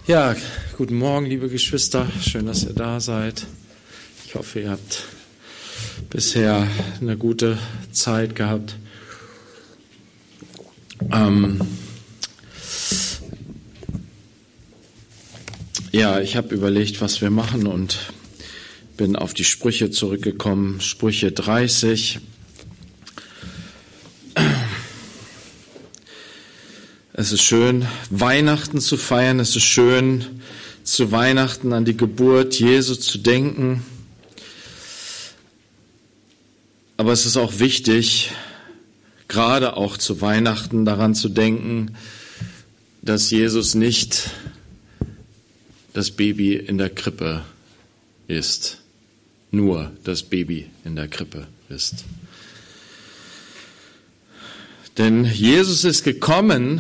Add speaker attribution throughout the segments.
Speaker 1: Ja, guten Morgen, liebe Geschwister. Schön, dass ihr da seid. Ich hoffe, ihr habt bisher eine gute Zeit gehabt. Ich habe überlegt, was wir machen und bin auf die Sprüche zurückgekommen. Sprüche 30. Es ist schön, Weihnachten zu feiern. Es ist schön, zu Weihnachten an die Geburt Jesu zu denken. Aber es ist auch wichtig, gerade auch zu Weihnachten daran zu denken, dass Jesus nicht das Baby in der Krippe ist. Nur das Baby in der Krippe ist. Denn Jesus ist gekommen,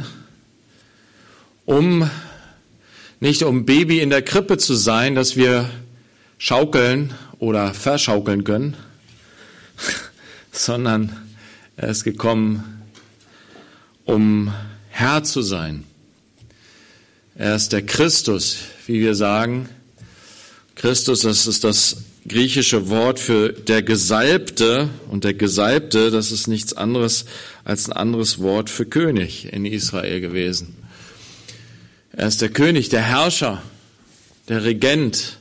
Speaker 1: nicht um Baby in der Krippe zu sein, dass wir schaukeln oder verschaukeln können, sondern er ist gekommen, um Herr zu sein. Er ist der Christus, wie wir sagen. Christus, das ist das griechische Wort für der Gesalbte. Und der Gesalbte, das ist nichts anderes als ein anderes Wort für König in Israel gewesen. Er ist der König, der Herrscher, der Regent.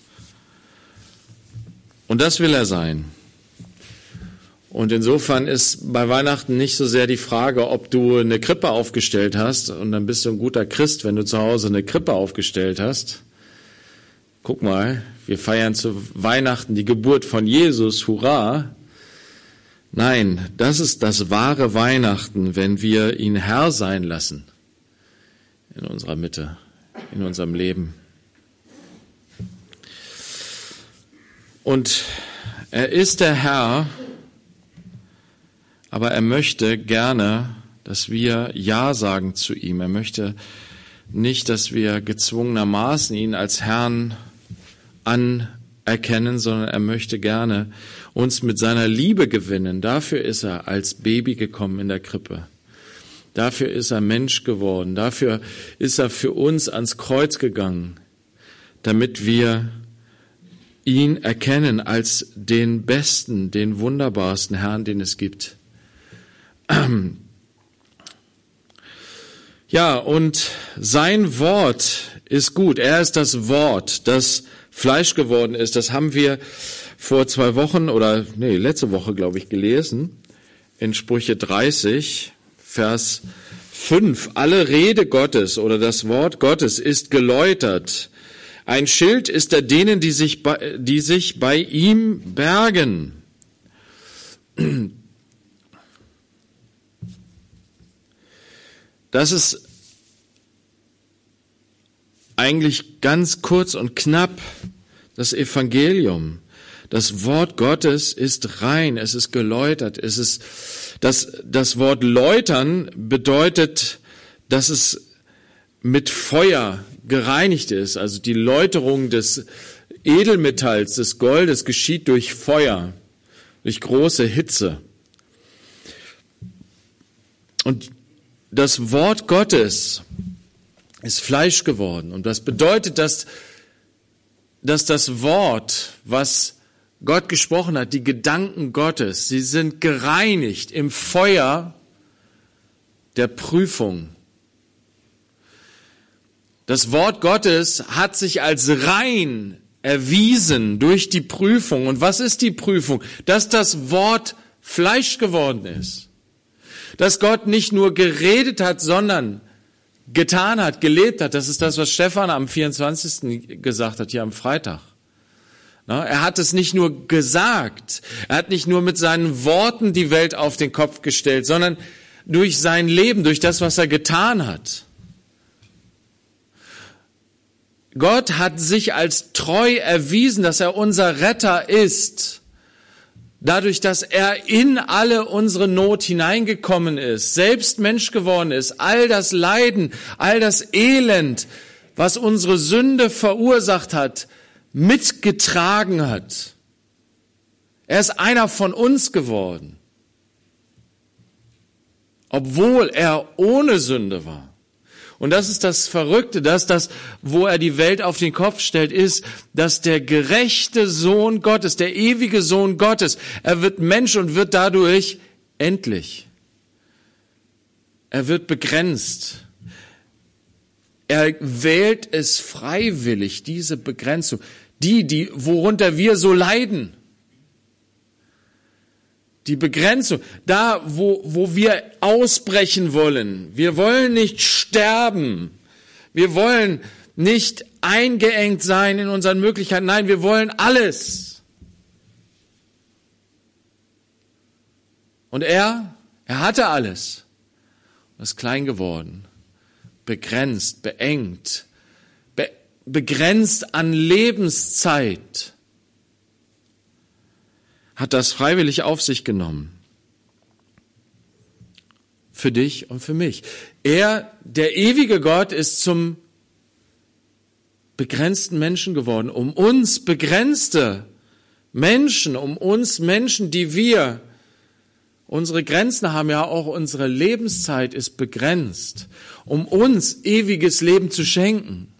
Speaker 1: Und das will er sein. Und insofern ist bei Weihnachten nicht so sehr die Frage, ob du eine Krippe aufgestellt hast, und dann bist du ein guter Christ, wenn du zu Hause eine Krippe aufgestellt hast. Guck mal, wir feiern zu Weihnachten die Geburt von Jesus, hurra! Nein, das ist das wahre Weihnachten, wenn wir ihn Herr sein lassen in unserer Mitte, in unserem Leben. Und er ist der Herr, aber er möchte gerne, dass wir Ja sagen zu ihm. Er möchte nicht, dass wir gezwungenermaßen ihn als Herrn anerkennen, sondern er möchte gerne uns mit seiner Liebe gewinnen. Dafür ist er als Baby gekommen in der Krippe. Dafür ist er Mensch geworden. Dafür ist er für uns ans Kreuz gegangen, damit wir ihn erkennen als den besten, den wunderbarsten Herrn, den es gibt. Ja, und sein Wort ist gut. Er ist das Wort, das Fleisch geworden ist. Das haben wir vor 2 Wochen letzte Woche, glaube ich, gelesen. In Sprüche 30, Vers 5. Alle Rede Gottes oder das Wort Gottes ist geläutert. Ein Schild ist er denen, die sich bei ihm bergen. Das ist eigentlich ganz kurz und knapp das Evangelium. Das Wort Gottes ist rein, es ist geläutert, es ist das Wort läutern bedeutet, dass es mit Feuer gereinigt ist. Also die Läuterung des Edelmetalls, des Goldes geschieht durch Feuer, durch große Hitze. Und das Wort Gottes ist Fleisch geworden. Und das bedeutet, dass das Wort, was Gott gesprochen hat, die Gedanken Gottes, sie sind gereinigt im Feuer der Prüfung. Das Wort Gottes hat sich als rein erwiesen durch die Prüfung. Und was ist die Prüfung? Dass das Wort Fleisch geworden ist. Dass Gott nicht nur geredet hat, sondern getan hat, gelebt hat. Das ist das, was Stefan am 24. gesagt hat, hier am Freitag. Er hat es nicht nur gesagt, er hat nicht nur mit seinen Worten die Welt auf den Kopf gestellt, sondern durch sein Leben, durch das, was er getan hat. Gott hat sich als treu erwiesen, dass er unser Retter ist. Dadurch, dass er in alle unsere Not hineingekommen ist, selbst Mensch geworden ist, all das Leiden, all das Elend, was unsere Sünde verursacht hat, mitgetragen hat. Er ist einer von uns geworden, obwohl er ohne Sünde war. Und das ist das Verrückte, wo er die Welt auf den Kopf stellt, ist, dass der gerechte Sohn Gottes, der ewige Sohn Gottes, er wird Mensch und wird dadurch endlich. Er wird begrenzt. Er wählt es freiwillig, diese Begrenzung, worunter wir so leiden. Die Begrenzung, da wo wir ausbrechen wollen. Wir wollen nicht sterben. Wir wollen nicht eingeengt sein in unseren Möglichkeiten. Nein, wir wollen alles. Und er hatte alles. Er ist klein geworden, begrenzt, beengt, begrenzt an Lebenszeit. Hat das freiwillig auf sich genommen. Für dich und für mich. Er, der ewige Gott, ist zum begrenzten Menschen geworden. Um uns begrenzte Menschen, um uns Menschen, unsere Grenzen haben ja auch, unsere Lebenszeit ist begrenzt. Um uns ewiges Leben zu schenken.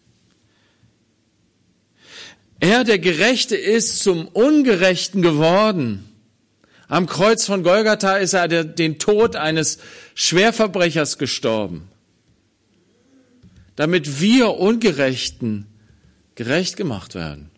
Speaker 1: Er, der Gerechte, ist zum Ungerechten geworden. Am Kreuz von Golgatha ist er den Tod eines Schwerverbrechers gestorben, damit wir Ungerechten gerecht gemacht werden.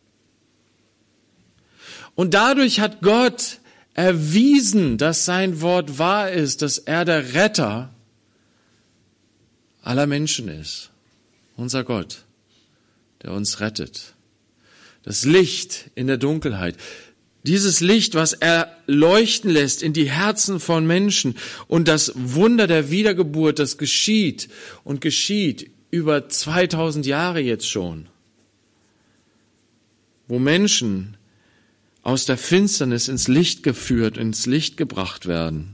Speaker 1: Und dadurch hat Gott erwiesen, dass sein Wort wahr ist, dass er der Retter aller Menschen ist. Unser Gott, der uns rettet. Das Licht in der Dunkelheit. Dieses Licht, was er leuchten lässt in die Herzen von Menschen. Und das Wunder der Wiedergeburt, das geschieht und geschieht über 2000 Jahre jetzt schon. Wo Menschen aus der Finsternis ins Licht geführt, ins Licht gebracht werden.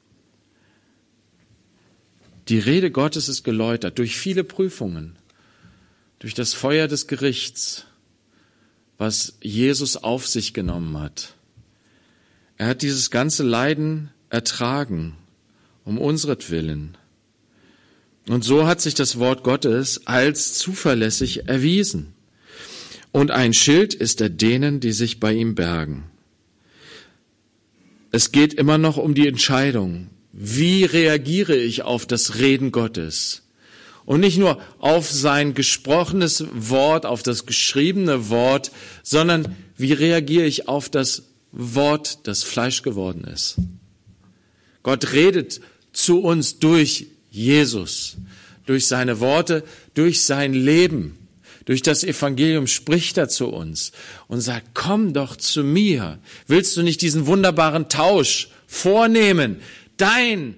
Speaker 1: Die Rede Gottes ist geläutert durch viele Prüfungen, durch das Feuer des Gerichts, was Jesus auf sich genommen hat. Er hat dieses ganze Leiden ertragen, um unseretwillen. Und so hat sich das Wort Gottes als zuverlässig erwiesen. Und ein Schild ist er denen, die sich bei ihm bergen. Es geht immer noch um die Entscheidung. Wie reagiere ich auf das Reden Gottes? Und nicht nur auf sein gesprochenes Wort, auf das geschriebene Wort, sondern wie reagiere ich auf das Wort, das Fleisch geworden ist. Gott redet zu uns durch Jesus, durch seine Worte, durch sein Leben, durch das Evangelium spricht er zu uns und sagt, komm doch zu mir. Willst du nicht diesen wunderbaren Tausch vornehmen? Dein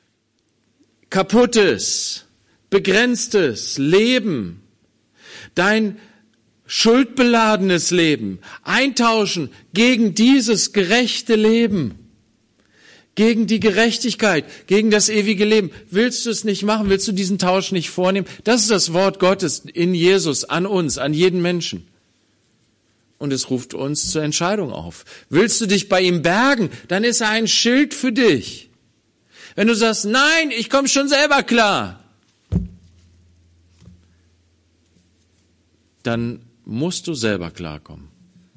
Speaker 1: kaputtes, begrenztes Leben, dein schuldbeladenes Leben eintauschen gegen dieses gerechte Leben, gegen die Gerechtigkeit, gegen das ewige Leben. Willst du es nicht machen? Willst du diesen Tausch nicht vornehmen? Das ist das Wort Gottes in Jesus, an uns, an jeden Menschen. Und es ruft uns zur Entscheidung auf. Willst du dich bei ihm bergen? Dann ist er ein Schild für dich. Wenn du sagst, nein, ich komme schon selber klar, dann musst du selber klarkommen.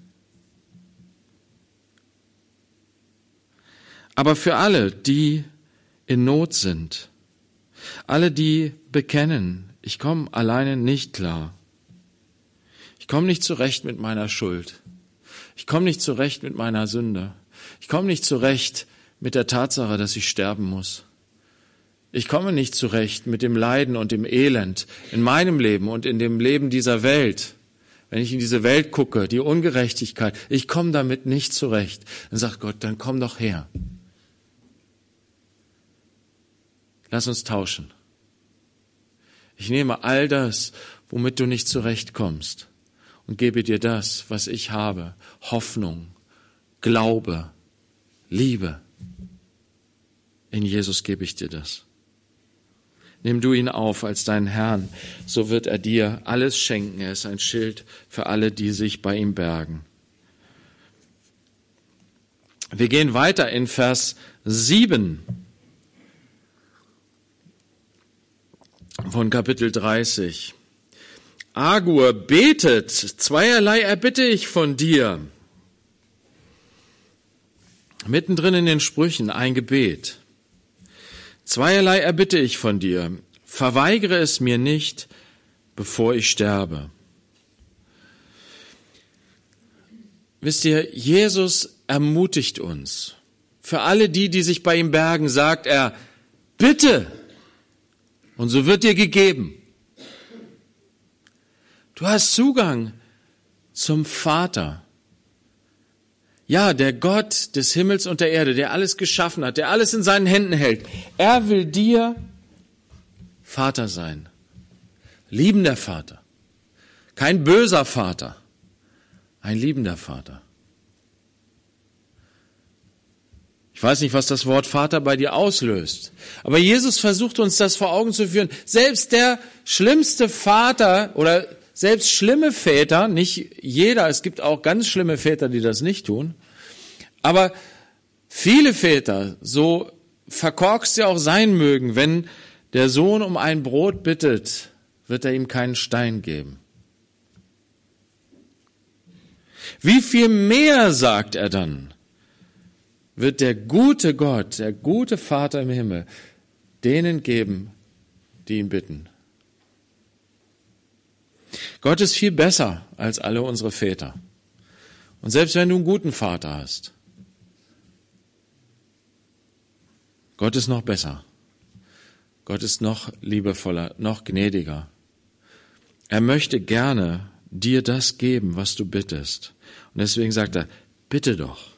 Speaker 1: Aber für alle, die in Not sind, alle, die bekennen, ich komme alleine nicht klar. Ich komme nicht zurecht mit meiner Schuld. Ich komme nicht zurecht mit meiner Sünde. Ich komme nicht zurecht mit der Tatsache, dass ich sterben muss. Ich komme nicht zurecht mit dem Leiden und dem Elend in meinem Leben und in dem Leben dieser Welt. Wenn ich in diese Welt gucke, die Ungerechtigkeit, ich komme damit nicht zurecht. Dann sagt Gott, dann komm doch her. Lass uns tauschen. Ich nehme all das, womit du nicht zurechtkommst, und gebe dir das, was ich habe. Hoffnung, Glaube, Liebe. In Jesus gebe ich dir das. Nimm du ihn auf als deinen Herrn, so wird er dir alles schenken. Er ist ein Schild für alle, die sich bei ihm bergen. Wir gehen weiter in Vers 7. von Kapitel 30. Agur betet, zweierlei erbitte ich von dir. Mittendrin in den Sprüchen ein Gebet. Zweierlei erbitte ich von dir. Verweigere es mir nicht, bevor ich sterbe. Wisst ihr, Jesus ermutigt uns. Für alle die sich bei ihm bergen, sagt er, bitte, und so wird dir gegeben. Du hast Zugang zum Vater. Ja, der Gott des Himmels und der Erde, der alles geschaffen hat, der alles in seinen Händen hält. Er will dir Vater sein. Liebender Vater. Kein böser Vater. Ein liebender Vater. Ich weiß nicht, was das Wort Vater bei dir auslöst. Aber Jesus versucht uns das vor Augen zu führen. Selbst der schlimmste Vater oder selbst schlimme Väter, nicht jeder, es gibt auch ganz schlimme Väter, die das nicht tun, aber viele Väter, so verkorkst sie auch sein mögen, wenn der Sohn um ein Brot bittet, wird er ihm keinen Stein geben. Wie viel mehr, sagt er dann, wird der gute Gott, der gute Vater im Himmel, denen geben, die ihn bitten. Gott ist viel besser als alle unsere Väter. Und selbst wenn du einen guten Vater hast, Gott ist noch besser. Gott ist noch liebevoller, noch gnädiger. Er möchte gerne dir das geben, was du bittest. Und deswegen sagt er, bitte doch.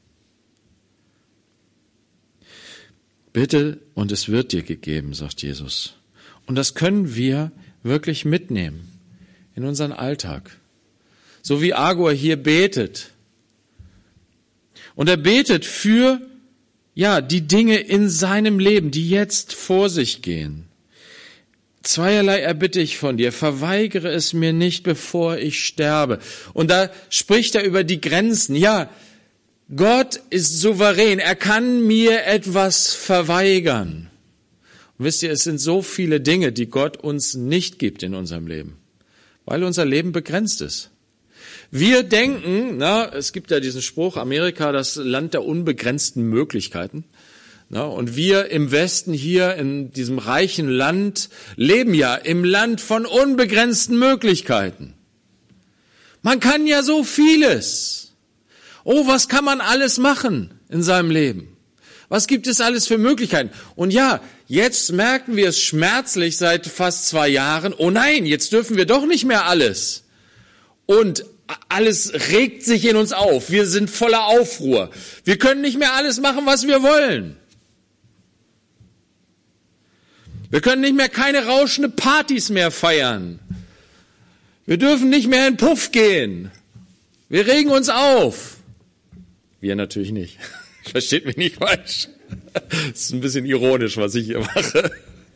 Speaker 1: Bitte und es wird dir gegeben, sagt Jesus. Und das können wir wirklich mitnehmen in unseren Alltag. So wie Agur hier betet. Und er betet für, die Dinge in seinem Leben, die jetzt vor sich gehen. Zweierlei erbitte ich von dir, verweigere es mir nicht, bevor ich sterbe. Und da spricht er über die Grenzen. Ja, Gott ist souverän, er kann mir etwas verweigern. Und wisst ihr, es sind so viele Dinge, die Gott uns nicht gibt in unserem Leben, weil unser Leben begrenzt ist. Wir denken, es gibt ja diesen Spruch, Amerika, das Land der unbegrenzten Möglichkeiten. Und wir im Westen hier in diesem reichen Land leben ja im Land von unbegrenzten Möglichkeiten. Man kann ja so vieles. Oh, was kann man alles machen in seinem Leben? Was gibt es alles für Möglichkeiten? Und ja, jetzt merken wir es schmerzlich seit fast 2 Jahren. Oh nein, jetzt dürfen wir doch nicht mehr alles. Und alles regt sich in uns auf. Wir sind voller Aufruhr. Wir können nicht mehr alles machen, was wir wollen. Wir können nicht mehr keine rauschende Partys mehr feiern. Wir dürfen nicht mehr in Puff gehen. Wir regen uns auf. Wir natürlich nicht. Versteht mich nicht falsch. Das ist ein bisschen ironisch, was ich hier mache.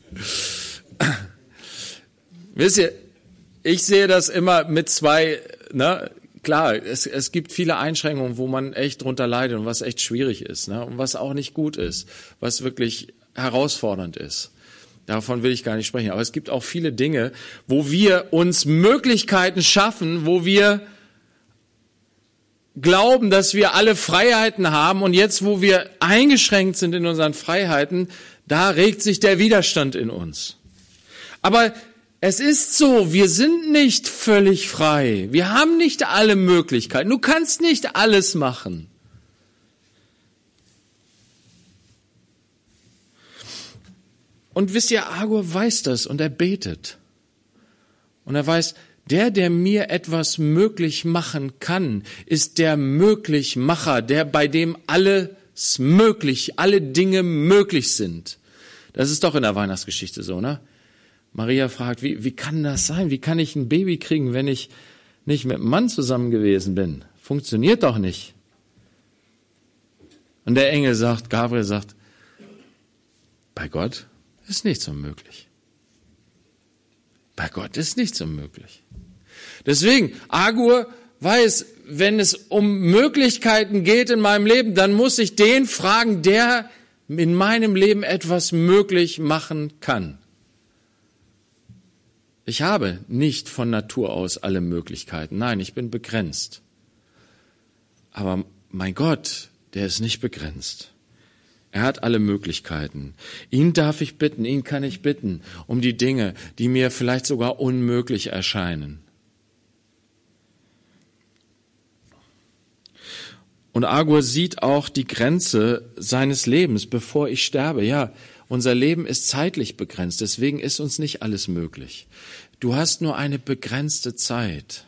Speaker 1: Wisst ihr, ich sehe das immer mit 2, klar, es gibt viele Einschränkungen, wo man echt drunter leidet und was echt schwierig ist, und was auch nicht gut ist, was wirklich herausfordernd ist. Davon will ich gar nicht sprechen. Aber es gibt auch viele Dinge, wo wir uns Möglichkeiten schaffen, wo wir glauben, dass wir alle Freiheiten haben und jetzt, wo wir eingeschränkt sind in unseren Freiheiten, da regt sich der Widerstand in uns. Aber es ist so, wir sind nicht völlig frei. Wir haben nicht alle Möglichkeiten. Du kannst nicht alles machen. Und wisst ihr, Agur weiß das und er betet. Und er weiß, der mir etwas möglich machen kann, ist der Möglichmacher, der bei dem alles möglich, alle Dinge möglich sind. Das ist doch in der Weihnachtsgeschichte so, ne? Maria fragt, wie kann das sein? Wie kann ich ein Baby kriegen, wenn ich nicht mit einem Mann zusammen gewesen bin? Funktioniert doch nicht. Und der Engel sagt, Gabriel sagt, bei Gott ist nichts unmöglich. Bei Gott ist nichts unmöglich. Deswegen, Agur weiß, wenn es um Möglichkeiten geht in meinem Leben, dann muss ich den fragen, der in meinem Leben etwas möglich machen kann. Ich habe nicht von Natur aus alle Möglichkeiten. Nein, ich bin begrenzt. Aber mein Gott, der ist nicht begrenzt. Er hat alle Möglichkeiten. Ihn darf ich bitten, ihn kann ich bitten um die Dinge, die mir vielleicht sogar unmöglich erscheinen. Und Agur sieht auch die Grenze seines Lebens, bevor ich sterbe. Ja, unser Leben ist zeitlich begrenzt, deswegen ist uns nicht alles möglich. Du hast nur eine begrenzte Zeit.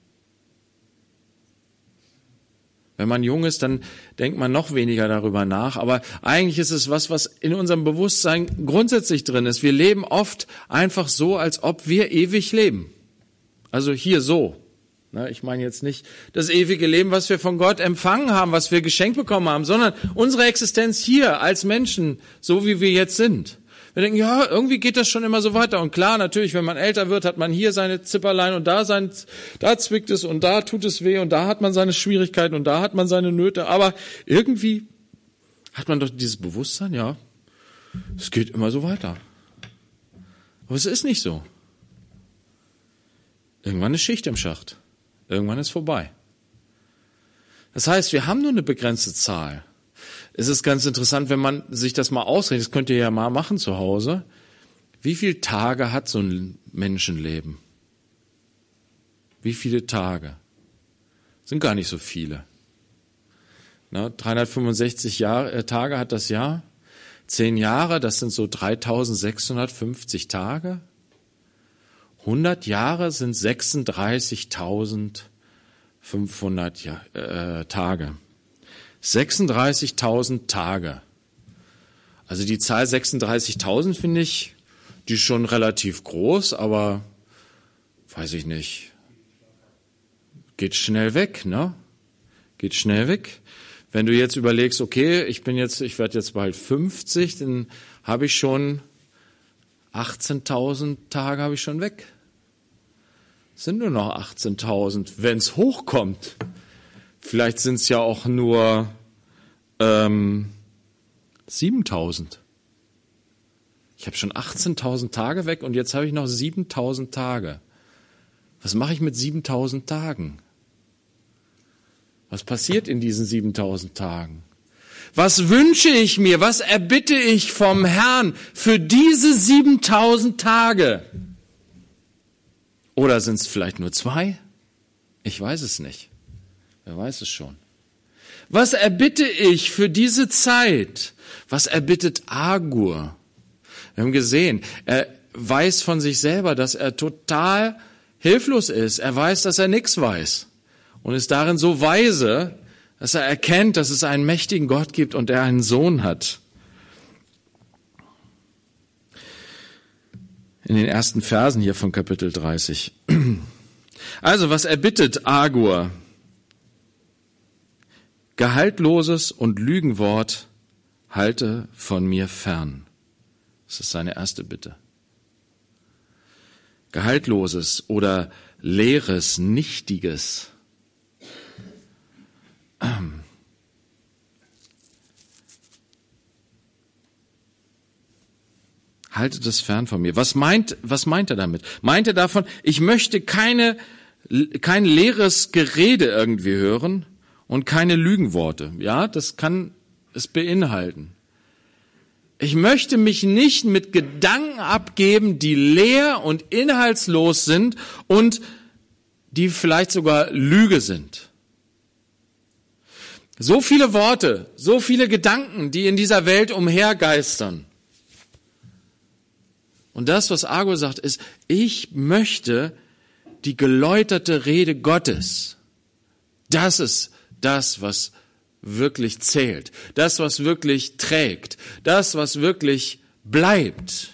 Speaker 1: Wenn man jung ist, dann denkt man noch weniger darüber nach. Aber eigentlich ist es was in unserem Bewusstsein grundsätzlich drin ist. Wir leben oft einfach so, als ob wir ewig leben. Also hier so. Ich meine jetzt nicht das ewige Leben, was wir von Gott empfangen haben, was wir geschenkt bekommen haben, sondern unsere Existenz hier als Menschen, so wie wir jetzt sind. Wir denken, ja, irgendwie geht das schon immer so weiter. Und klar, natürlich, wenn man älter wird, hat man hier seine Zipperlein und da zwickt es und da tut es weh und da hat man seine Schwierigkeiten und da hat man seine Nöte. Aber irgendwie hat man doch dieses Bewusstsein, ja, es geht immer so weiter. Aber es ist nicht so. Irgendwann ist Schicht im Schacht. Irgendwann ist vorbei. Das heißt, wir haben nur eine begrenzte Zahl. Es ist ganz interessant, wenn man sich das mal ausrechnet, das könnt ihr ja mal machen zu Hause. Wie viele Tage hat so ein Menschenleben? Wie viele Tage? Sind gar nicht so viele. 365 Tage hat das Jahr. 10 Jahre, das sind so 3650 Tage. 100 Jahre sind 36.500 Tage. 36.000 Tage. Also die Zahl 36.000 finde ich, die ist schon relativ groß, aber weiß ich nicht. Geht schnell weg, ne? Geht schnell weg. Wenn du jetzt überlegst, okay, ich werde jetzt bald 50, dann habe ich schon 18.000 Tage habe ich schon weg. Sind nur noch 18.000, wenn es hochkommt. Vielleicht sind es ja auch nur 7.000. Ich habe schon 18.000 Tage weg und jetzt habe ich noch 7.000 Tage. Was mache ich mit 7.000 Tagen? Was passiert in diesen 7.000 Tagen? Was wünsche ich mir? Was erbitte ich vom Herrn für diese 7.000 Tage? Oder sind es vielleicht nur 2? Ich weiß es nicht. Wer weiß es schon. Was erbitte ich für diese Zeit? Was erbittet Agur? Wir haben gesehen, er weiß von sich selber, dass er total hilflos ist. Er weiß, dass er nichts weiß. Und ist darin so weise, dass er erkennt, dass es einen mächtigen Gott gibt und er einen Sohn hat. In den ersten Versen hier von Kapitel 30. Also, was erbittet Agur? Gehaltloses und Lügenwort halte von mir fern. Das ist seine erste Bitte. Gehaltloses oder leeres, nichtiges. Haltet es fern von mir. Was meint er damit? Meint er davon, ich möchte kein leeres Gerede irgendwie hören und keine Lügenworte? Ja, das kann es beinhalten. Ich möchte mich nicht mit Gedanken abgeben, die leer und inhaltslos sind und die vielleicht sogar Lüge sind. So viele Worte, so viele Gedanken, die in dieser Welt umhergeistern. Und das, was Agur sagt, ist, ich möchte die geläuterte Rede Gottes. Das ist das, was wirklich zählt. Das, was wirklich trägt. Das, was wirklich bleibt.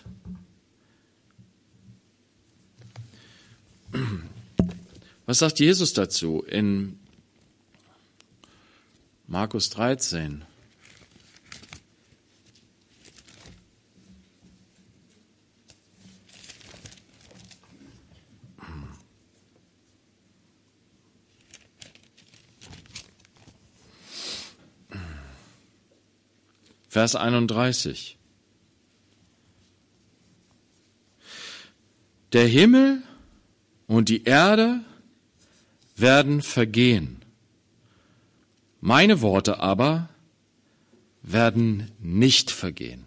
Speaker 1: Was sagt Jesus dazu in Markus 13? Vers 31. Der Himmel und die Erde werden vergehen. Meine Worte aber werden nicht vergehen.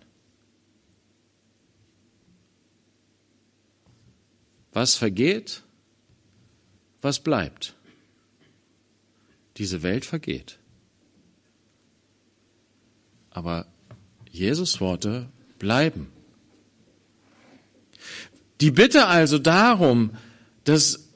Speaker 1: Was vergeht? Was bleibt? Diese Welt vergeht. Aber Jesus' Worte bleiben. Die Bitte also darum, dass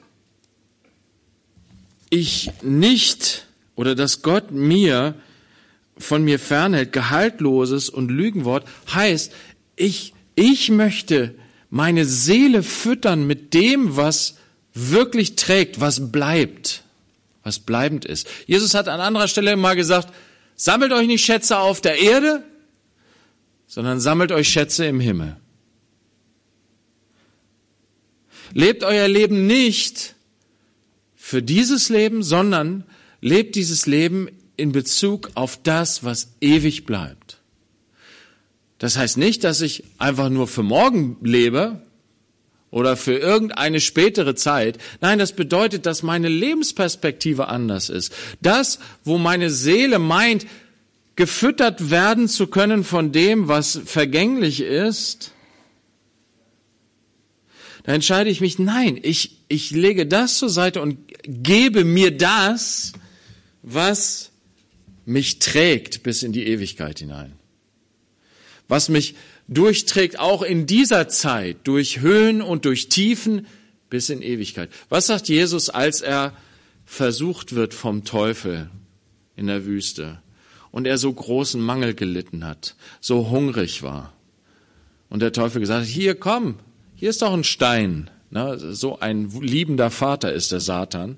Speaker 1: ich nicht oder dass Gott von mir fernhält, gehaltloses und Lügenwort, heißt, ich möchte meine Seele füttern mit dem, was wirklich trägt, was bleibt, was bleibend ist. Jesus hat an anderer Stelle mal gesagt, sammelt euch nicht Schätze auf der Erde, sondern sammelt euch Schätze im Himmel. Lebt euer Leben nicht für dieses Leben, sondern lebt dieses Leben in Bezug auf das, was ewig bleibt. Das heißt nicht, dass ich einfach nur für morgen lebe oder für irgendeine spätere Zeit. Nein, das bedeutet, dass meine Lebensperspektive anders ist. Das, wo meine Seele meint, gefüttert werden zu können von dem, was vergänglich ist, da entscheide ich mich, nein, ich lege das zur Seite und gebe mir das, was mich trägt bis in die Ewigkeit hinein. Was mich durchträgt, auch in dieser Zeit, durch Höhen und durch Tiefen bis in Ewigkeit. Was sagt Jesus, als er versucht wird vom Teufel in der Wüste und er so großen Mangel gelitten hat, so hungrig war und der Teufel gesagt hat, hier komm, hier ist doch ein Stein. So ein liebender Vater ist der Satan,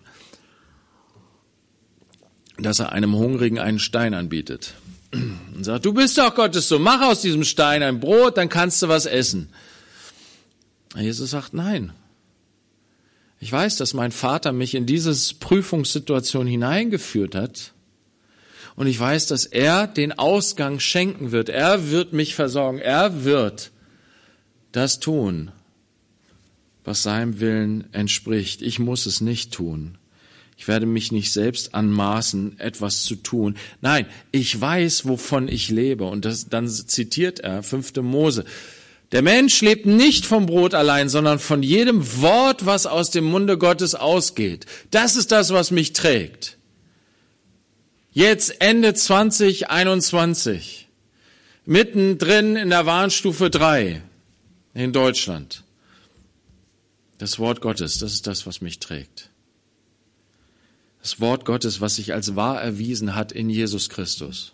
Speaker 1: dass er einem Hungrigen einen Stein anbietet. Und sagt, du bist doch Gottes Sohn, mach aus diesem Stein ein Brot, dann kannst du was essen. Jesus sagt, nein. Ich weiß, dass mein Vater mich in diese Prüfungssituation hineingeführt hat. Und ich weiß, dass er den Ausgang schenken wird. Er wird mich versorgen. Er wird das tun, was seinem Willen entspricht. Ich muss es nicht tun. Ich werde mich nicht selbst anmaßen, etwas zu tun. Nein, ich weiß, wovon ich lebe. Und dann zitiert er 5. Mose. Der Mensch lebt nicht vom Brot allein, sondern von jedem Wort, was aus dem Munde Gottes ausgeht. Das ist das, was mich trägt. Jetzt Ende 2021, mittendrin in der Warnstufe 3 in Deutschland. Das Wort Gottes, das ist das, was mich trägt. Das Wort Gottes, was sich als wahr erwiesen hat in Jesus Christus.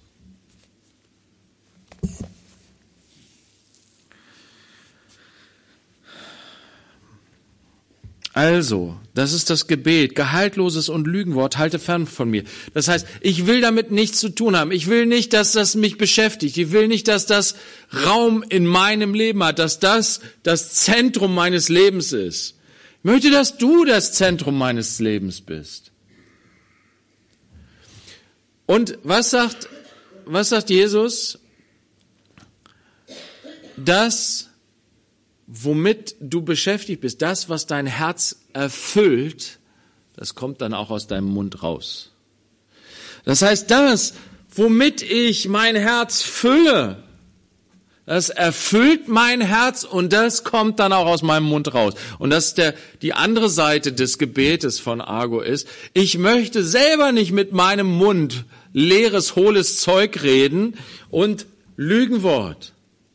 Speaker 1: Also, das ist das Gebet, gehaltloses und Lügenwort, halte fern von mir. Das heißt, ich will damit nichts zu tun haben. Ich will nicht, dass das mich beschäftigt. Ich will nicht, dass das Raum in meinem Leben hat, dass das das Zentrum meines Lebens ist. Ich möchte, dass du das Zentrum meines Lebens bist. Und was sagt Jesus? Das, womit du beschäftigt bist, das, was dein Herz erfüllt, das kommt dann auch aus deinem Mund raus. Das heißt, das, womit ich mein Herz fülle, das erfüllt mein Herz und das kommt dann auch aus meinem Mund raus. Und das ist die andere Seite des Gebetes von Argo ist, ich möchte selber nicht mit meinem Mund leeres, hohles Zeug reden und Lügenwort.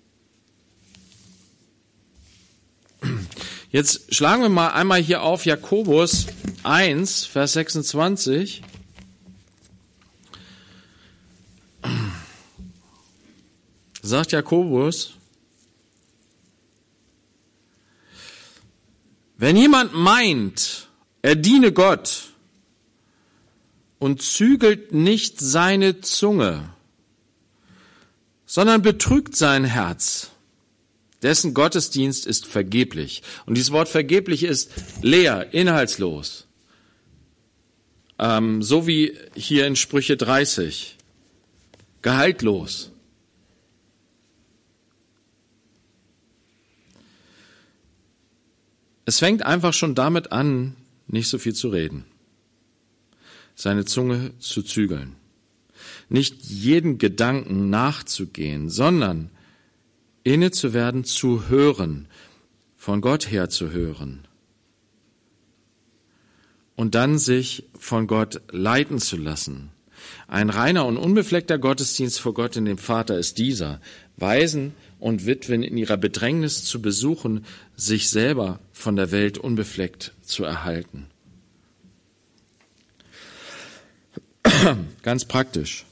Speaker 1: Jetzt schlagen wir mal einmal hier auf Jakobus 1, Vers 26. Sagt Jakobus, wenn jemand meint, er diene Gott und zügelt nicht seine Zunge, sondern betrügt sein Herz, dessen Gottesdienst ist vergeblich. Und dieses Wort vergeblich ist leer, inhaltslos. So wie hier in Sprüche 30. Gehaltlos. Es fängt einfach schon damit an, nicht so viel zu reden, seine Zunge zu zügeln, nicht jeden Gedanken nachzugehen, sondern inne zu werden, zu hören, von Gott her zu hören und dann sich von Gott leiten zu lassen. Ein reiner und unbefleckter Gottesdienst vor Gott in dem Vater ist dieser: Waisen und Witwen in ihrer Bedrängnis zu besuchen, sich selber von der Welt unbefleckt zu erhalten. Ganz praktisch.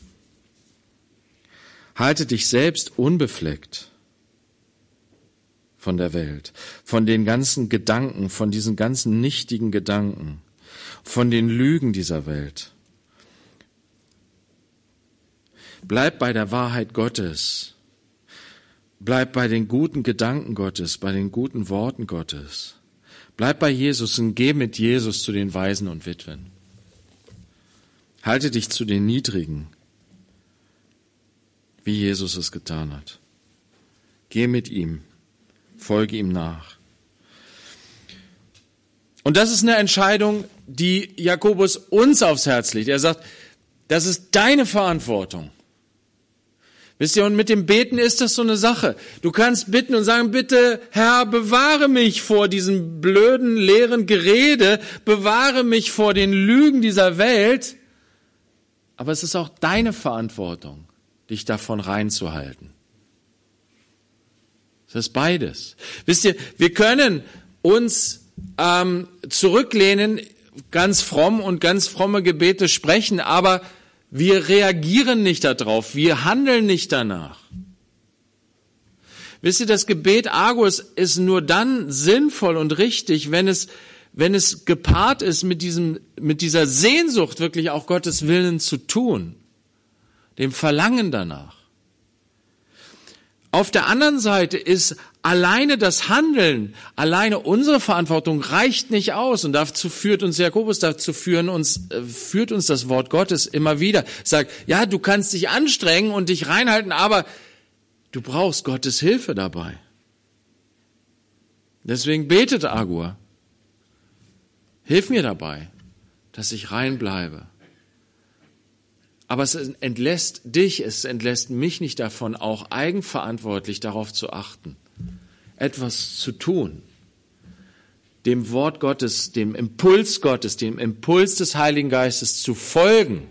Speaker 1: Halte dich selbst unbefleckt von der Welt, von den ganzen Gedanken, von diesen ganzen nichtigen Gedanken, von den Lügen dieser Welt. Bleib bei der Wahrheit Gottes. Bleib bei den guten Gedanken Gottes, bei den guten Worten Gottes. Bleib bei Jesus und geh mit Jesus zu den Waisen und Witwen. Halte dich zu den Niedrigen, wie Jesus es getan hat. Geh mit ihm, folge ihm nach. Und das ist eine Entscheidung, die Jakobus uns aufs Herz legt. Er sagt, das ist deine Verantwortung. Wisst ihr, und mit dem Beten ist das so eine Sache. Du kannst bitten und sagen, bitte, Herr, bewahre mich vor diesem blöden, leeren Gerede, bewahre mich vor den Lügen dieser Welt. Aber es ist auch deine Verantwortung, dich davon reinzuhalten. Das ist beides. Wisst ihr, wir können uns zurücklehnen, ganz fromm und ganz fromme Gebete sprechen, aber wir reagieren nicht darauf, wir handeln nicht danach. Wisst ihr, das Gebet Argus ist nur dann sinnvoll und richtig, wenn es gepaart ist mit dieser Sehnsucht, wirklich auch Gottes Willen zu tun, dem Verlangen danach. Auf der anderen Seite ist alleine das Handeln, alleine unsere Verantwortung reicht nicht aus. Und dazu führt uns Jakobus, führt uns das Wort Gottes immer wieder. Sagt, ja, du kannst dich anstrengen und dich reinhalten, aber du brauchst Gottes Hilfe dabei. Deswegen betet Agur. Hilf mir dabei, dass ich rein bleibe. Aber es entlässt dich, es entlässt mich nicht davon, auch eigenverantwortlich darauf zu achten, etwas zu tun, dem Wort Gottes, dem Impuls Gottes, dem Impuls des Heiligen Geistes zu folgen.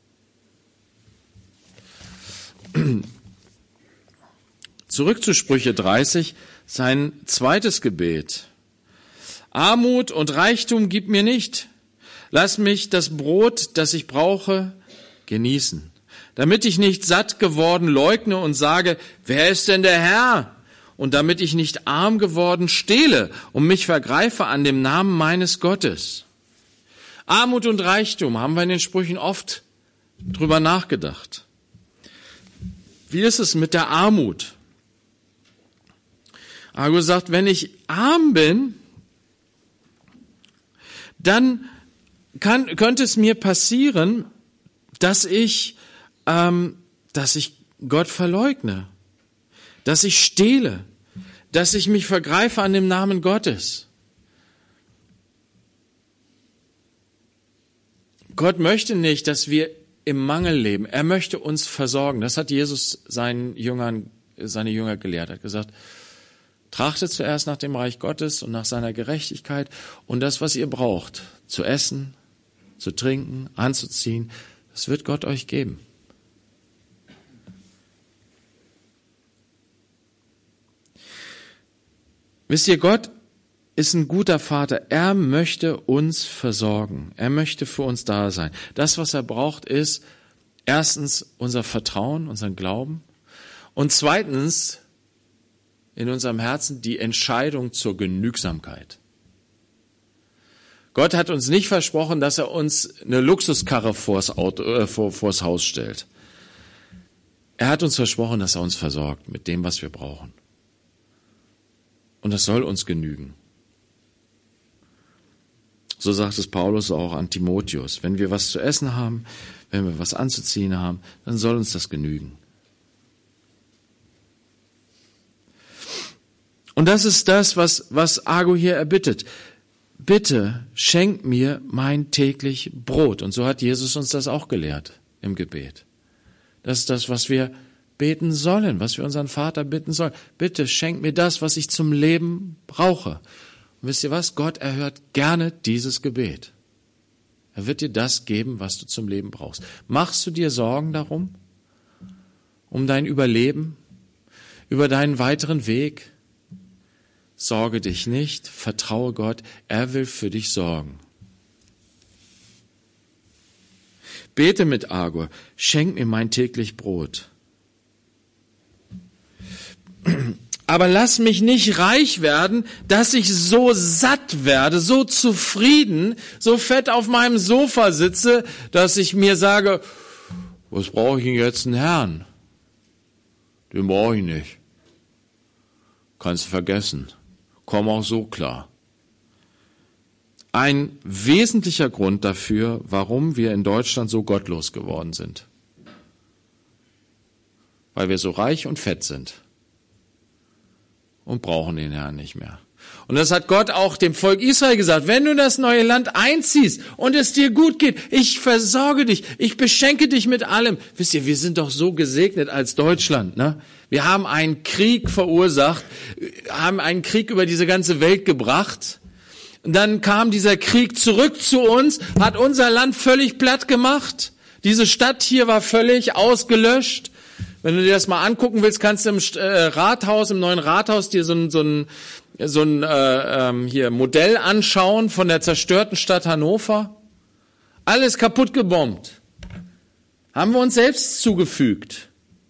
Speaker 1: Zurück zu Sprüche 30, sein zweites Gebet. Armut und Reichtum gib mir nicht. Lass mich das Brot, das ich brauche, genießen, damit ich nicht satt geworden leugne und sage, wer ist denn der Herr? Und damit ich nicht arm geworden stehle und mich vergreife an dem Namen meines Gottes. Armut und Reichtum haben wir in den Sprüchen oft drüber nachgedacht. Wie ist es mit der Armut? Argus sagt, wenn ich arm bin, dann könnte es mir passieren, dass ich Gott verleugne, dass ich stehle, dass ich mich vergreife an dem Namen Gottes. Gott möchte nicht, dass wir im Mangel leben. Er möchte uns versorgen. Das hat Jesus seine Jünger gelehrt. Er hat gesagt, trachtet zuerst nach dem Reich Gottes und nach seiner Gerechtigkeit und das, was ihr braucht, zu essen, zu trinken, anzuziehen, das wird Gott euch geben. Wisst ihr, Gott ist ein guter Vater. Er möchte uns versorgen. Er möchte für uns da sein. Das, was er braucht, ist erstens unser Vertrauen, unseren Glauben und zweitens in unserem Herzen die Entscheidung zur Genügsamkeit. Gott hat uns nicht versprochen, dass er uns eine Luxuskarre vors Haus stellt. Er hat uns versprochen, dass er uns versorgt mit dem, was wir brauchen. Und das soll uns genügen. So sagt es Paulus auch an Timotheus. Wenn wir was zu essen haben, wenn wir was anzuziehen haben, dann soll uns das genügen. Und das ist das, was Agur hier erbittet. Bitte schenk mir mein täglich Brot. Und so hat Jesus uns das auch gelehrt im Gebet. Das ist das, was wir beten sollen, was wir unseren Vater bitten sollen. Bitte schenk mir das, was ich zum Leben brauche. Und wisst ihr was? Gott erhört gerne dieses Gebet. Er wird dir das geben, was du zum Leben brauchst. Machst du dir Sorgen darum? Um dein Überleben? Über deinen weiteren Weg? Sorge dich nicht, vertraue Gott, er will für dich sorgen. Bete mit Agur, schenk mir mein täglich Brot. Aber lass mich nicht reich werden, dass ich so satt werde, so zufrieden, so fett auf meinem Sofa sitze, dass ich mir sage, was brauche ich denn jetzt einen Herrn? Den brauche ich nicht. Kannst du vergessen. Komm auch so klar. Ein wesentlicher Grund dafür, warum wir in Deutschland so gottlos geworden sind. Weil wir so reich und fett sind. Und brauchen den Herrn nicht mehr. Und das hat Gott auch dem Volk Israel gesagt. Wenn du in das neue Land einziehst und es dir gut geht, ich versorge dich, ich beschenke dich mit allem. Wisst ihr, wir sind doch so gesegnet als Deutschland, ne? Wir haben einen Krieg verursacht, haben einen Krieg über diese ganze Welt gebracht. Und dann kam dieser Krieg zurück zu uns, hat unser Land völlig platt gemacht. Diese Stadt hier war völlig ausgelöscht. Wenn du dir das mal angucken willst, kannst du im Rathaus, im neuen Rathaus dir so ein Modell anschauen von der zerstörten Stadt Hannover. Alles kaputt gebombt. Haben wir uns selbst zugefügt.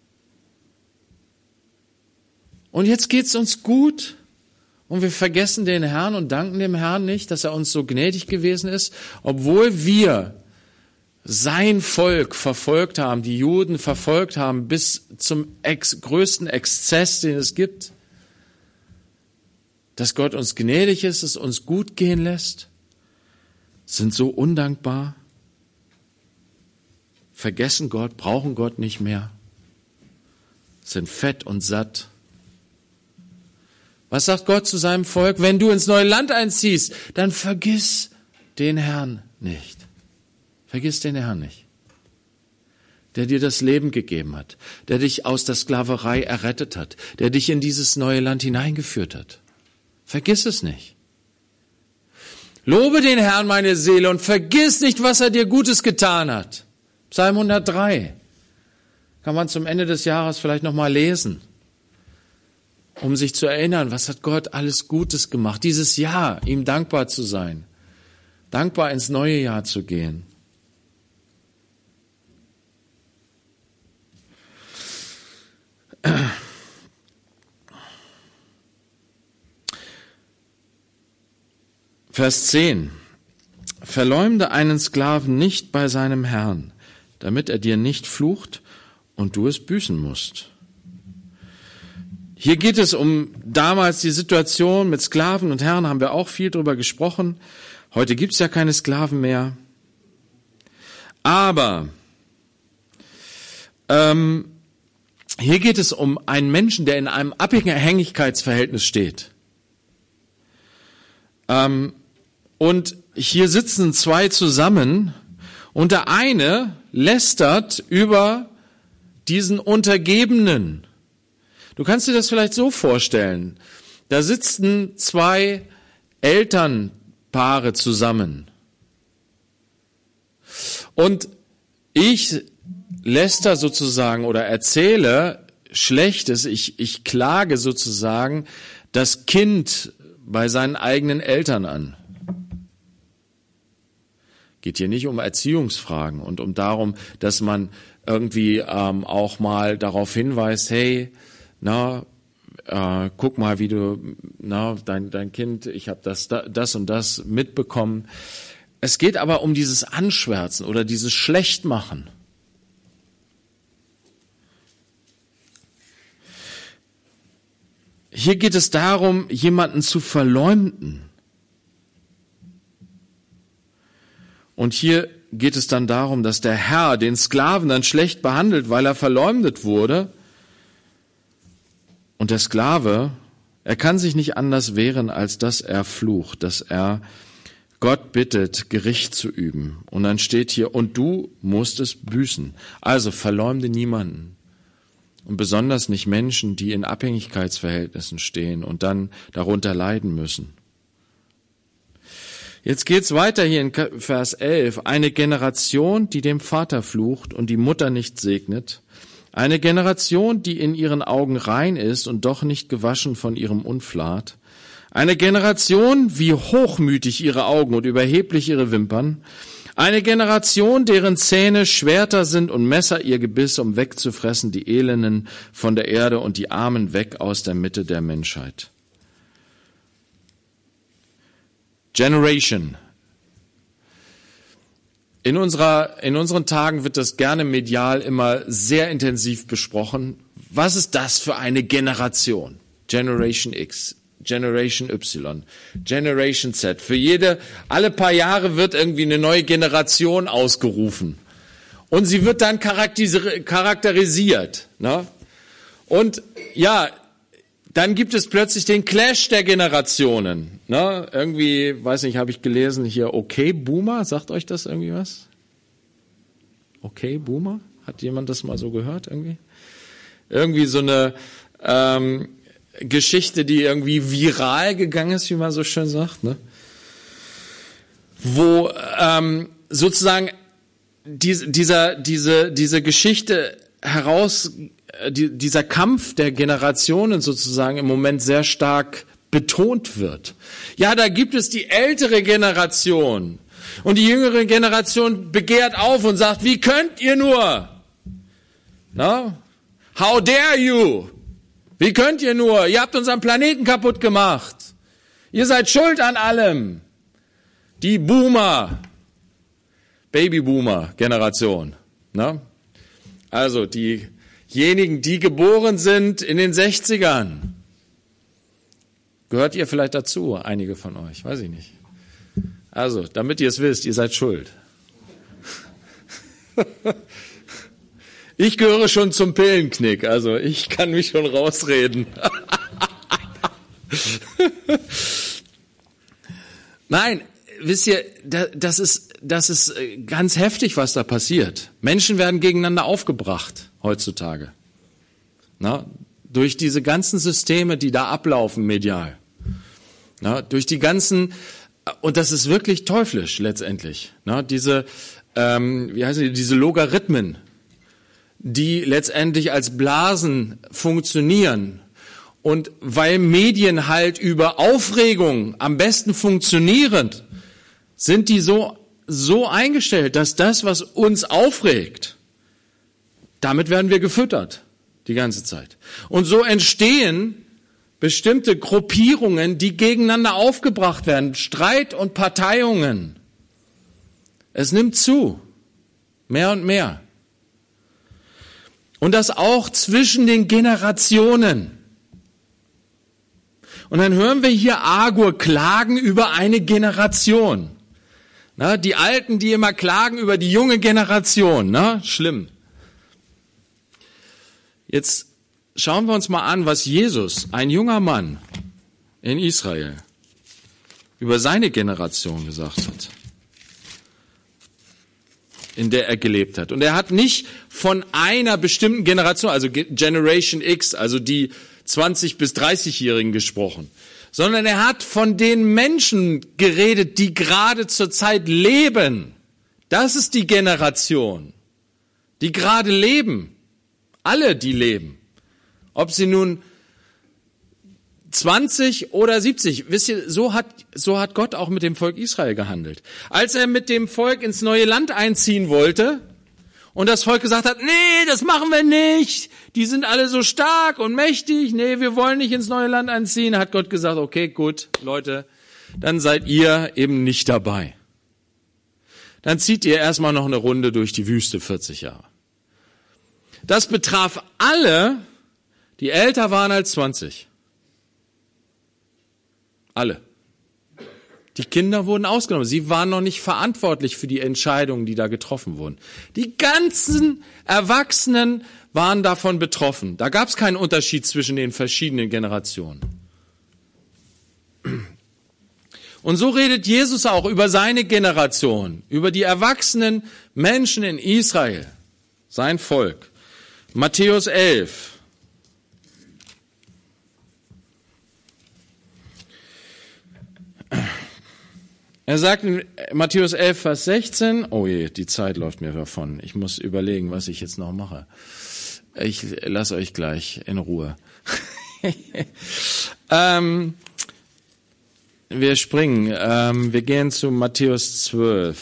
Speaker 1: Und jetzt geht's uns gut. Und wir vergessen den Herrn und danken dem Herrn nicht, dass er uns so gnädig gewesen ist, obwohl wir sein Volk verfolgt haben, die Juden verfolgt haben, bis zum größten Exzess, den es gibt. Dass Gott uns gnädig ist, es uns gut gehen lässt, sind so undankbar, vergessen Gott, brauchen Gott nicht mehr, sind fett und satt. Was sagt Gott zu seinem Volk? Wenn du ins neue Land einziehst, dann vergiss den Herrn nicht. Vergiss den Herrn nicht, der dir das Leben gegeben hat, der dich aus der Sklaverei errettet hat, der dich in dieses neue Land hineingeführt hat. Vergiss es nicht. Lobe den Herrn, meine Seele, und vergiss nicht, was er dir Gutes getan hat. Psalm 103 kann man zum Ende des Jahres vielleicht noch mal lesen, um sich zu erinnern, was hat Gott alles Gutes gemacht. Dieses Jahr, ihm dankbar zu sein, dankbar ins neue Jahr zu gehen. Vers 10. Verleumde einen Sklaven nicht bei seinem Herrn, damit er dir nicht flucht und du es büßen musst. Hier geht es um damals die Situation mit Sklaven und Herren, haben wir auch viel drüber gesprochen. Heute gibt es ja keine Sklaven mehr. Aber hier geht es um einen Menschen, der in einem Abhängigkeitsverhältnis steht. Und hier sitzen zwei zusammen und der eine lästert über diesen Untergebenen. Du kannst dir das vielleicht so vorstellen. Da sitzen zwei Elternpaare zusammen. Und ich läster sozusagen oder erzähle Schlechtes, ich klage sozusagen das Kind bei seinen eigenen Eltern an. Geht hier nicht um Erziehungsfragen und um darum, dass man irgendwie auch mal darauf hinweist, hey, guck mal, wie du, dein Kind, ich habe das und das mitbekommen. Es geht aber um dieses Anschwärzen oder dieses Schlechtmachen. Hier geht es darum, jemanden zu verleumden. Und hier geht es dann darum, dass der Herr den Sklaven dann schlecht behandelt, weil er verleumdet wurde. Und der Sklave Er kann sich nicht anders wehren, als dass er flucht, dass er Gott bittet, Gericht zu üben. Und dann steht hier, und du musst es büßen. Also verleumde niemanden. Und besonders nicht Menschen, die in Abhängigkeitsverhältnissen stehen und dann darunter leiden müssen. Jetzt geht's weiter hier in Vers 11. Eine Generation, die dem Vater flucht und die Mutter nicht segnet. Eine Generation, die in ihren Augen rein ist und doch nicht gewaschen von ihrem Unflat. Eine Generation, wie hochmütig ihre Augen und überheblich ihre Wimpern. Eine Generation, deren Zähne Schwerter sind und Messer ihr Gebiss, um wegzufressen die Elenden von der Erde und die Armen weg aus der Mitte der Menschheit. Generation. In unseren Tagen wird das gerne medial immer sehr intensiv besprochen. Was ist das für eine Generation? Generation X, Generation Y, Generation Z. Alle paar Jahre wird irgendwie eine neue Generation ausgerufen. Und sie wird dann charakterisiert. Ne? Und ja, dann gibt es plötzlich den Clash der Generationen. Ne? Irgendwie, weiß nicht, habe ich gelesen hier, okay, Boomer, sagt euch das irgendwie was? Okay, Boomer? Hat jemand das mal so gehört irgendwie? Irgendwie so eine Geschichte, die irgendwie viral gegangen ist, wie man so schön sagt, ne? Wo sozusagen diese Geschichte dieser Kampf der Generationen sozusagen im Moment sehr stark betont wird. Ja, da gibt es die ältere Generation und die jüngere Generation begehrt auf und sagt, wie könnt ihr nur? No? How dare you? Wie könnt ihr nur? Ihr habt unseren Planeten kaputt gemacht. Ihr seid schuld an allem. Die Boomer, Babyboomer-Generation. Ne? Also diejenigen, die geboren sind in den 60ern. Gehört ihr vielleicht dazu, einige von euch? Weiß ich nicht. Also, damit ihr es wisst, ihr seid schuld. Ich gehöre schon zum Pillenknick, also ich kann mich schon rausreden. Nein, wisst ihr, das ist ganz heftig, was da passiert. Menschen werden gegeneinander aufgebracht heutzutage. Na, durch diese ganzen Systeme, die da ablaufen medial. Na, durch die ganzen, und das ist wirklich teuflisch letztendlich. Na, diese Logarithmen, die letztendlich als Blasen funktionieren. Und weil Medien halt über Aufregung am besten funktionieren, sind die so eingestellt, dass das, was uns aufregt, damit werden wir gefüttert die ganze Zeit. Und so entstehen bestimmte Gruppierungen, die gegeneinander aufgebracht werden, Streit und Parteiungen. Es nimmt zu, mehr und mehr. Und das auch zwischen den Generationen. Und dann hören wir hier Agur klagen über eine Generation. Na, die Alten, die immer klagen über die junge Generation. Na, schlimm. Jetzt schauen wir uns mal an, was Jesus, ein junger Mann in Israel, über seine Generation gesagt hat, in der er gelebt hat. Und er hat nicht von einer bestimmten Generation, also Generation X, also die 20- bis 30-Jährigen gesprochen, sondern er hat von den Menschen geredet, die gerade zur Zeit leben. Das ist die Generation, die gerade leben. Alle, die leben. Ob sie nun 20 oder 70. Wisst ihr, so hat Gott auch mit dem Volk Israel gehandelt. Als er mit dem Volk ins neue Land einziehen wollte und das Volk gesagt hat, nee, das machen wir nicht. Die sind alle so stark und mächtig. Nee, wir wollen nicht ins neue Land einziehen. Hat Gott gesagt, okay, gut, Leute, dann seid ihr eben nicht dabei. Dann zieht ihr erstmal noch eine Runde durch die Wüste 40 Jahre. Das betraf alle, die älter waren als 20. Alle. Die Kinder wurden ausgenommen. Sie waren noch nicht verantwortlich für die Entscheidungen, die da getroffen wurden. Die ganzen Erwachsenen waren davon betroffen. Da gab es keinen Unterschied zwischen den verschiedenen Generationen. Und so redet Jesus auch über seine Generation, über die erwachsenen Menschen in Israel, sein Volk. Matthäus 11. Er sagt in Matthäus 11, Vers 16, oh je, die Zeit läuft mir davon. Ich muss überlegen, was ich jetzt noch mache. Ich lasse euch gleich in Ruhe. Wir springen. Wir gehen zu Matthäus 12,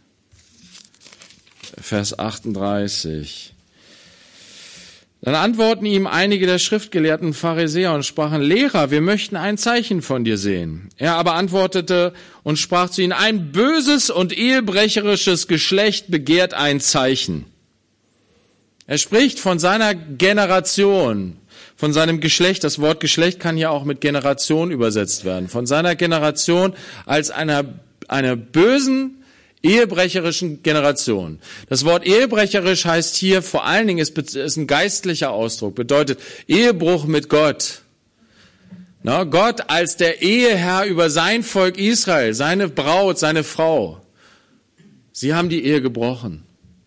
Speaker 1: Vers 38. Dann antworten ihm einige der schriftgelehrten Pharisäer und sprachen, Lehrer, wir möchten ein Zeichen von dir sehen. Er aber antwortete und sprach zu ihnen, ein böses und ehebrecherisches Geschlecht begehrt ein Zeichen. Er spricht von seiner Generation, von seinem Geschlecht. Das Wort Geschlecht kann hier auch mit Generation übersetzt werden. Von seiner Generation als einer bösen, ehebrecherischen Generation. Das Wort ehebrecherisch heißt hier vor allen Dingen, ist ein geistlicher Ausdruck, bedeutet Ehebruch mit Gott. Na, Gott als der Eheherr über sein Volk Israel, seine Braut, seine Frau. Sie haben die Ehe gebrochen.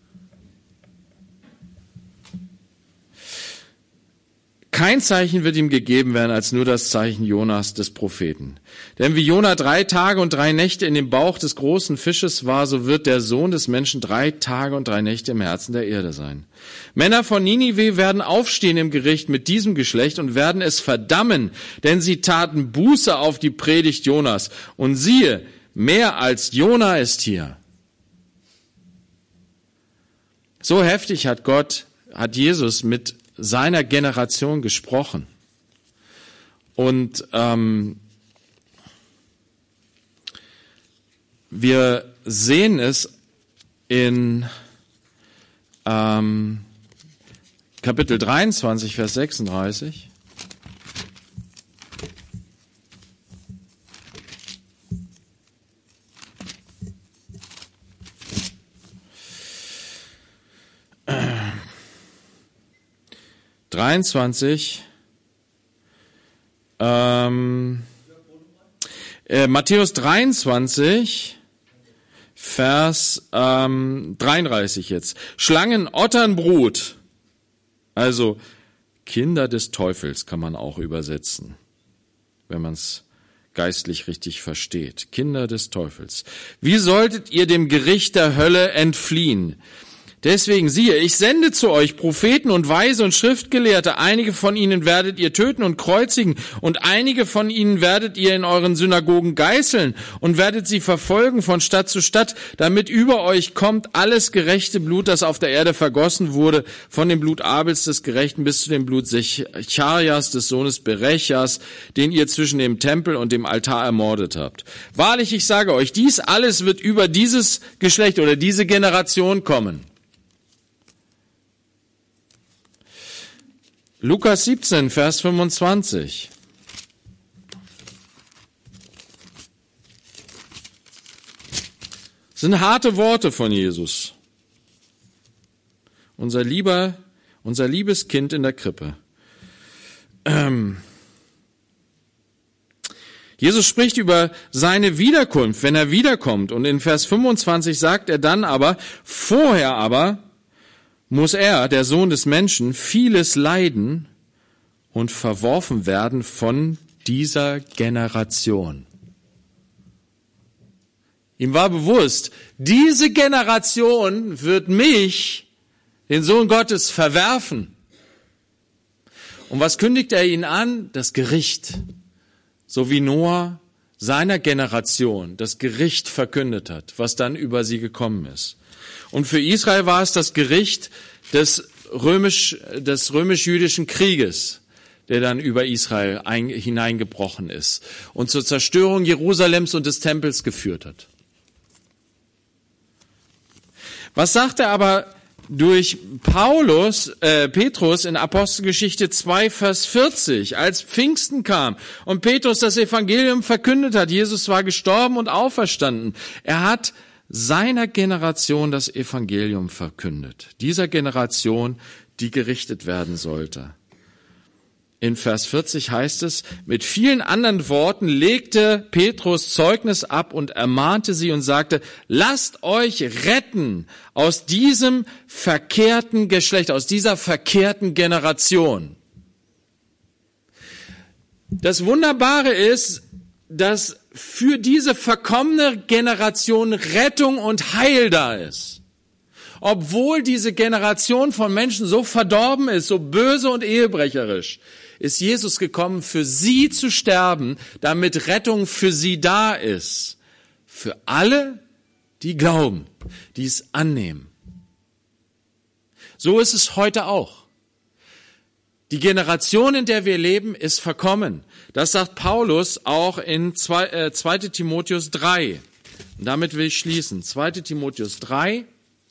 Speaker 1: Kein Zeichen wird ihm gegeben werden, als nur das Zeichen Jonas des Propheten. Denn wie Jona 3 Tage und 3 Nächte in dem Bauch des großen Fisches war, so wird der Sohn des Menschen 3 Tage und 3 Nächte im Herzen der Erde sein. Männer von Ninive werden aufstehen im Gericht mit diesem Geschlecht und werden es verdammen, denn sie taten Buße auf die Predigt Jonas. Und siehe, mehr als Jona ist hier. So heftig hat Jesus mit seiner Generation gesprochen. Und wir sehen es in Kapitel 23, Vers 36. Matthäus 23, Vers 33 jetzt. Schlangen, Otternbrut, also Kinder des Teufels kann man auch übersetzen, wenn man es geistlich richtig versteht. Kinder des Teufels. Wie solltet ihr dem Gericht der Hölle entfliehen? Deswegen siehe, ich sende zu euch Propheten und Weise und Schriftgelehrte. Einige von ihnen werdet ihr töten und kreuzigen und einige von ihnen werdet ihr in euren Synagogen geißeln und werdet sie verfolgen von Stadt zu Stadt, damit über euch kommt alles gerechte Blut, das auf der Erde vergossen wurde, von dem Blut Abels des Gerechten bis zu dem Blut Zecharias des Sohnes Berechas, den ihr zwischen dem Tempel und dem Altar ermordet habt. Wahrlich, ich sage euch, dies alles wird über dieses Geschlecht oder diese Generation kommen. Lukas 17, Vers 25. Das sind harte Worte von Jesus. Unser liebes Kind in der Krippe. Jesus spricht über seine Wiederkunft, wenn er wiederkommt. Und in Vers 25 sagt er dann aber, vorher aber muss er, der Sohn des Menschen, vieles leiden und verworfen werden von dieser Generation. Ihm war bewusst, diese Generation wird mich, den Sohn Gottes, verwerfen. Und was kündigt er ihnen an? Das Gericht. So wie Noah seiner Generation das Gericht verkündet hat, was dann über sie gekommen ist. Und für Israel war es das Gericht des römisch-jüdischen Krieges, der dann über Israel hineingebrochen ist und zur Zerstörung Jerusalems und des Tempels geführt hat. Was sagt er aber durch Petrus in Apostelgeschichte 2, Vers 40, als Pfingsten kam und Petrus das Evangelium verkündet hat, Jesus war gestorben und auferstanden. Er hat seiner Generation das Evangelium verkündet. Dieser Generation, die gerichtet werden sollte. In Vers 40 heißt es, mit vielen anderen Worten legte Petrus Zeugnis ab und ermahnte sie und sagte, lasst euch retten aus diesem verkehrten Geschlecht, aus dieser verkehrten Generation. Das Wunderbare ist, dass für diese verkommene Generation Rettung und Heil da ist. Obwohl diese Generation von Menschen so verdorben ist, so böse und ehebrecherisch, ist Jesus gekommen, für sie zu sterben, damit Rettung für sie da ist. Für alle, die glauben, die es annehmen. So ist es heute auch. Die Generation, in der wir leben, ist verkommen. Das sagt Paulus auch in 2. Timotheus 3. Und damit will ich schließen. 2. Timotheus 3.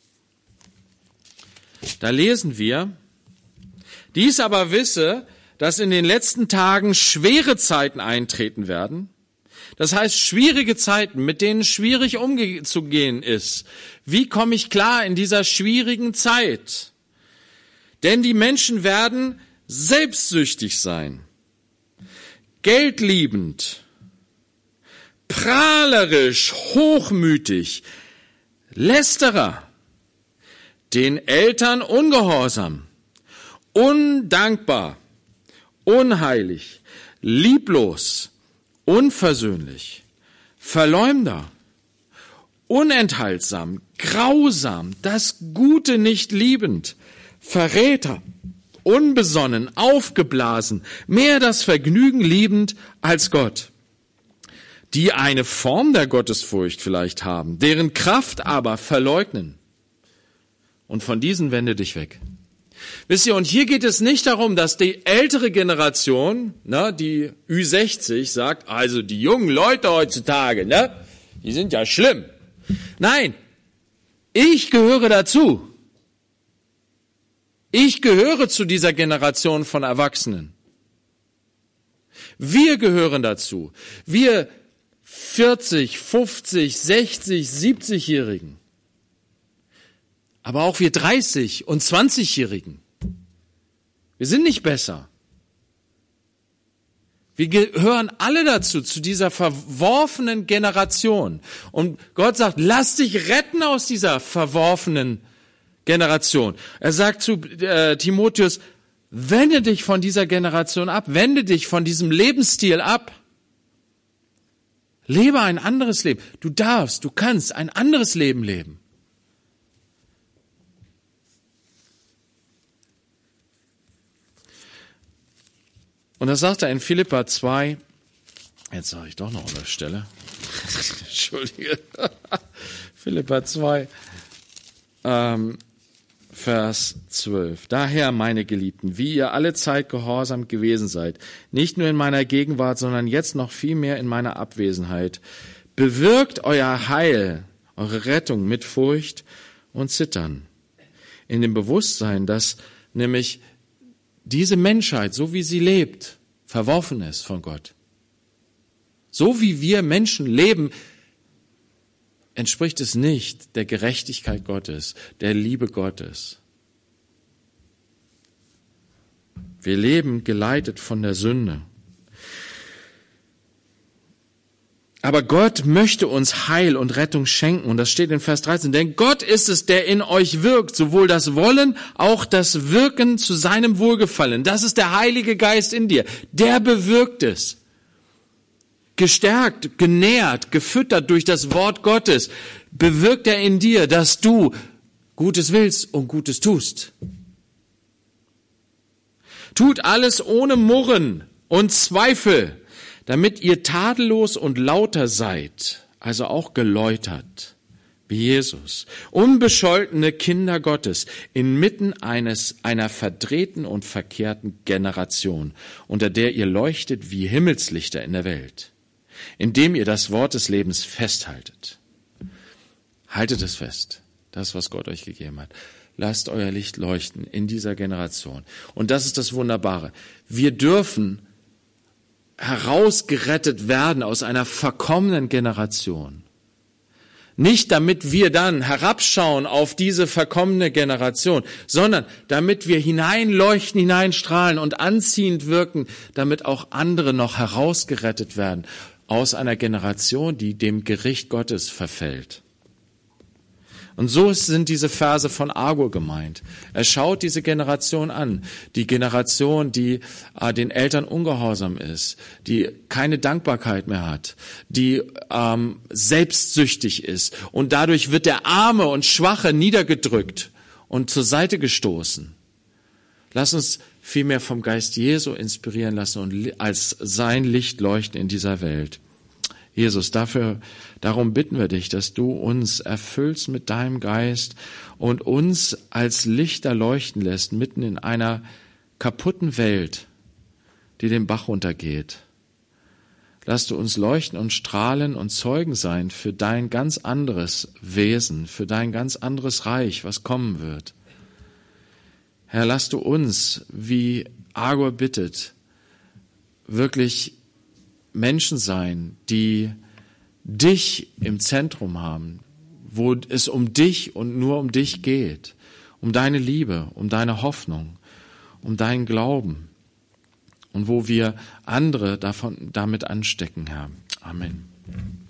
Speaker 1: Da lesen wir, dies aber wisse, dass in den letzten Tagen schwere Zeiten eintreten werden. Das heißt, schwierige Zeiten, mit denen schwierig umzugehen ist. Wie komme ich klar in dieser schwierigen Zeit? Denn die Menschen werden selbstsüchtig sein, geldliebend, prahlerisch, hochmütig, Lästerer, den Eltern ungehorsam, undankbar, unheilig, lieblos, unversöhnlich, Verleumder, unenthaltsam, grausam, das Gute nicht liebend, Verräter, unbesonnen, aufgeblasen, mehr das Vergnügen liebend als Gott, die eine Form der Gottesfurcht vielleicht haben, deren Kraft aber verleugnen. Und von diesen wende dich weg. Wisst ihr, und hier geht es nicht darum, dass die ältere Generation, die Ü60 sagt, also die jungen Leute heutzutage, die sind ja schlimm. Nein, ich gehöre dazu. Ich gehöre zu dieser Generation von Erwachsenen. Wir gehören dazu. Wir 40, 50, 60, 70-Jährigen. Aber auch wir 30- und 20-Jährigen. Wir sind nicht besser. Wir gehören alle dazu, zu dieser verworfenen Generation. Und Gott sagt, lass dich retten aus dieser verworfenen Generation. Er sagt zu Timotheus, wende dich von dieser Generation ab, wende dich von diesem Lebensstil ab. Lebe ein anderes Leben. Du darfst, du kannst ein anderes Leben leben. Und das sagt er in Philipper 2, jetzt sage ich doch noch an der Stelle, entschuldige, Philipper 2, Vers 12. Daher, meine Geliebten, wie ihr alle Zeit gehorsam gewesen seid, nicht nur in meiner Gegenwart, sondern jetzt noch viel mehr in meiner Abwesenheit, bewirkt euer Heil, eure Rettung mit Furcht und Zittern. In dem Bewusstsein, dass nämlich diese Menschheit, so wie sie lebt, verworfen ist von Gott. So wie wir Menschen leben, entspricht es nicht der Gerechtigkeit Gottes, der Liebe Gottes. Wir leben geleitet von der Sünde. Aber Gott möchte uns Heil und Rettung schenken. Und das steht in Vers 13. Denn Gott ist es, der in euch wirkt, sowohl das Wollen, auch das Wirken zu seinem Wohlgefallen. Das ist der Heilige Geist in dir. Der bewirkt es. Gestärkt, genährt, gefüttert durch das Wort Gottes, bewirkt er in dir, dass du Gutes willst und Gutes tust. Tut alles ohne Murren und Zweifel, damit ihr tadellos und lauter seid, also auch geläutert, wie Jesus, unbescholtene Kinder Gottes, inmitten einer verdrehten und verkehrten Generation, unter der ihr leuchtet wie Himmelslichter in der Welt, indem ihr das Wort des Lebens festhaltet. Haltet es fest, das, was Gott euch gegeben hat. Lasst euer Licht leuchten in dieser Generation. Und das ist das Wunderbare. Wir dürfen herausgerettet werden aus einer verkommenen Generation. Nicht damit wir dann herabschauen auf diese verkommene Generation, sondern damit wir hineinleuchten, hineinstrahlen und anziehend wirken, damit auch andere noch herausgerettet werden aus einer Generation, die dem Gericht Gottes verfällt. Und so sind diese Verse von Agur gemeint. Er schaut diese Generation an, die Generation, die den Eltern ungehorsam ist, die keine Dankbarkeit mehr hat, die selbstsüchtig ist. Und dadurch wird der Arme und Schwache niedergedrückt und zur Seite gestoßen. Lass uns vielmehr vom Geist Jesu inspirieren lassen und als sein Licht leuchten in dieser Welt. Jesus, darum bitten wir dich, dass du uns erfüllst mit deinem Geist und uns als Lichter leuchten lässt, mitten in einer kaputten Welt, die den Bach runtergeht. Lass du uns leuchten und strahlen und Zeugen sein für dein ganz anderes Wesen, für dein ganz anderes Reich, was kommen wird. Herr, lass du uns, wie Agur bittet, wirklich Menschen sein, die dich im Zentrum haben, wo es um dich und nur um dich geht, um deine Liebe, um deine Hoffnung, um deinen Glauben und wo wir andere damit anstecken, Herr. Amen.